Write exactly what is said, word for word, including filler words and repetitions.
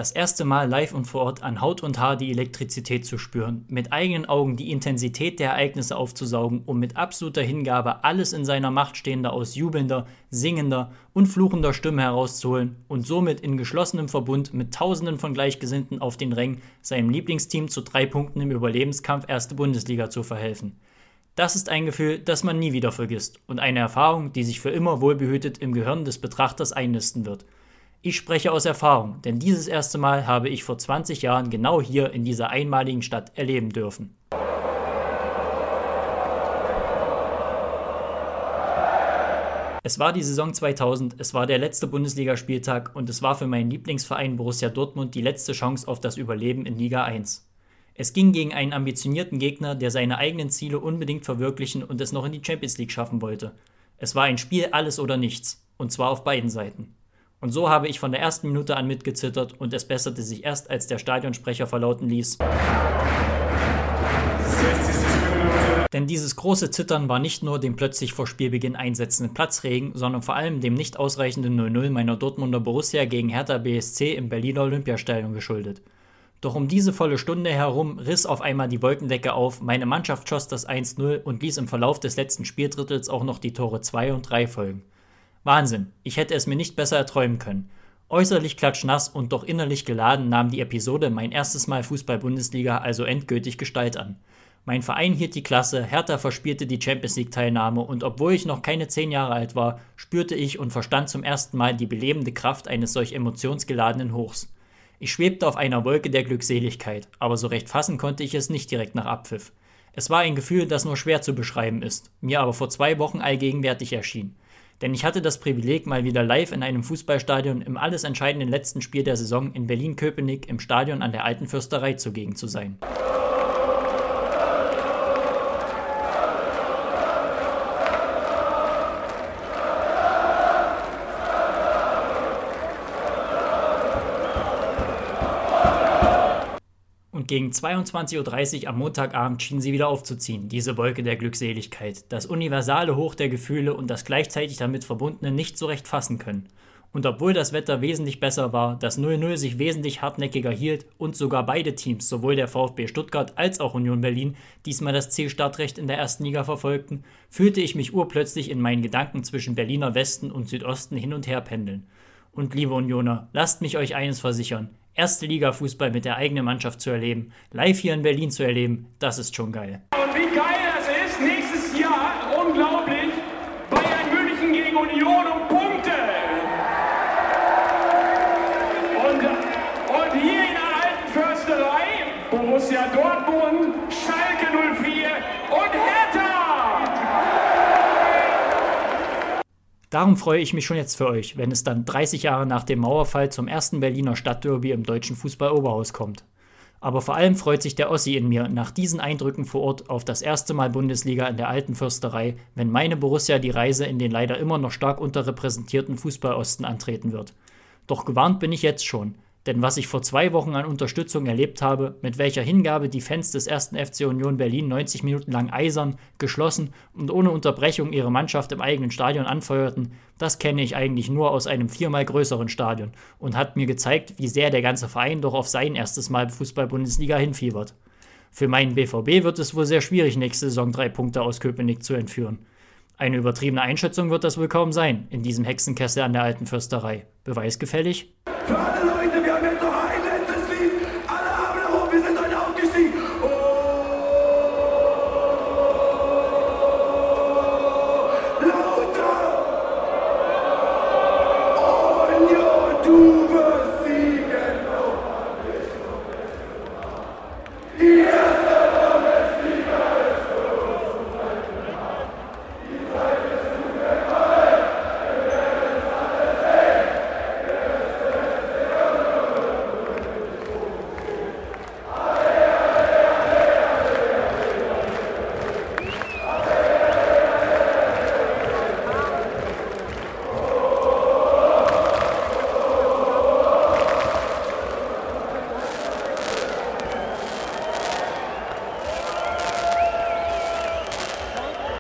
Das erste Mal live und vor Ort an Haut und Haar die Elektrizität zu spüren, mit eigenen Augen die Intensität der Ereignisse aufzusaugen und mit absoluter Hingabe alles in seiner Macht Stehende aus jubelnder, singender und fluchender Stimme herauszuholen und somit in geschlossenem Verbund mit Tausenden von Gleichgesinnten auf den Rängen seinem Lieblingsteam zu drei Punkten im Überlebenskampf erste Bundesliga zu verhelfen. Das ist ein Gefühl, das man nie wieder vergisst und eine Erfahrung, die sich für immer wohlbehütet im Gehirn des Betrachters einnisten wird. Ich spreche aus Erfahrung, denn dieses erste Mal habe ich vor zwanzig Jahren genau hier in dieser einmaligen Stadt erleben dürfen. Es war die Saison zweitausend, es war der letzte Bundesligaspieltag und es war für meinen Lieblingsverein Borussia Dortmund die letzte Chance auf das Überleben in Liga eins. Es ging gegen einen ambitionierten Gegner, der seine eigenen Ziele unbedingt verwirklichen und es noch in die Champions League schaffen wollte. Es war ein Spiel alles oder nichts, und zwar auf beiden Seiten. Und so habe ich von der ersten Minute an mitgezittert und es besserte sich erst, als der Stadionsprecher verlauten ließ. Denn dieses große Zittern war nicht nur dem plötzlich vor Spielbeginn einsetzenden Platzregen, sondern vor allem dem nicht ausreichenden null null meiner Dortmunder Borussia gegen Hertha B S C im Berliner Olympiastadion geschuldet. Doch um diese volle Stunde herum riss auf einmal die Wolkendecke auf, meine Mannschaft schoss das eins null und ließ im Verlauf des letzten Spieldrittels auch noch die Tore zwei und drei folgen. Wahnsinn, ich hätte es mir nicht besser erträumen können. Äußerlich klatschnass und doch innerlich geladen nahm die Episode mein erstes Mal Fußball-Bundesliga also endgültig Gestalt an. Mein Verein hielt die Klasse, Hertha verspielte die Champions-League-Teilnahme und obwohl ich noch keine zehn Jahre alt war, spürte ich und verstand zum ersten Mal die belebende Kraft eines solch emotionsgeladenen Hochs. Ich schwebte auf einer Wolke der Glückseligkeit, aber so recht fassen konnte ich es nicht direkt nach Abpfiff. Es war ein Gefühl, das nur schwer zu beschreiben ist, mir aber vor zwei Wochen allgegenwärtig erschien. Denn ich hatte das Privileg, mal wieder live in einem Fußballstadion im alles entscheidenden letzten Spiel der Saison in Berlin-Köpenick im Stadion an der Alten Fürsterei zugegen zu sein. Und gegen zweiundzwanzig Uhr dreißig am Montagabend schien sie wieder aufzuziehen, diese Wolke der Glückseligkeit, das universale Hoch der Gefühle und das gleichzeitig damit verbundene nicht so recht fassen können. Und obwohl das Wetter wesentlich besser war, das null null sich wesentlich hartnäckiger hielt und sogar beide Teams, sowohl der VfB Stuttgart als auch Union Berlin, diesmal das Zielstartrecht in der ersten Liga verfolgten, fühlte ich mich urplötzlich in meinen Gedanken zwischen Berliner Westen und Südosten hin und her pendeln. Und liebe Unioner, lasst mich euch eines versichern: Erste Liga-Fußball mit der eigenen Mannschaft zu erleben, live hier in Berlin zu erleben, das ist schon geil. Und wie geil das ist, nächstes Jahr, unglaublich, Bayern München gegen Union um Punkte. Und, und hier in der Alten Försterei, Borussia Dortmund, Schalke null vier und Hertha. Darum freue ich mich schon jetzt für euch, wenn es dann dreißig Jahre nach dem Mauerfall zum ersten Berliner Stadtderby im deutschen Fußball-Oberhaus kommt. Aber vor allem freut sich der Ossi in mir nach diesen Eindrücken vor Ort auf das erste Mal Bundesliga in der Alten Fürsterei, wenn meine Borussia die Reise in den leider immer noch stark unterrepräsentierten Fußball-Osten antreten wird. Doch gewarnt bin ich jetzt schon. Denn was ich vor zwei Wochen an Unterstützung erlebt habe, mit welcher Hingabe die Fans des ersten F C Union Berlin neunzig Minuten lang eisern, geschlossen und ohne Unterbrechung ihre Mannschaft im eigenen Stadion anfeuerten, das kenne ich eigentlich nur aus einem viermal größeren Stadion und hat mir gezeigt, wie sehr der ganze Verein doch auf sein erstes Mal Fußball-Bundesliga hinfiebert. Für meinen B V B wird es wohl sehr schwierig, nächste Saison drei Punkte aus Köpenick zu entführen. Eine übertriebene Einschätzung wird das wohl kaum sein, in diesem Hexenkessel an der Alten Fürsterei. Beweisgefällig? Für alle Leute,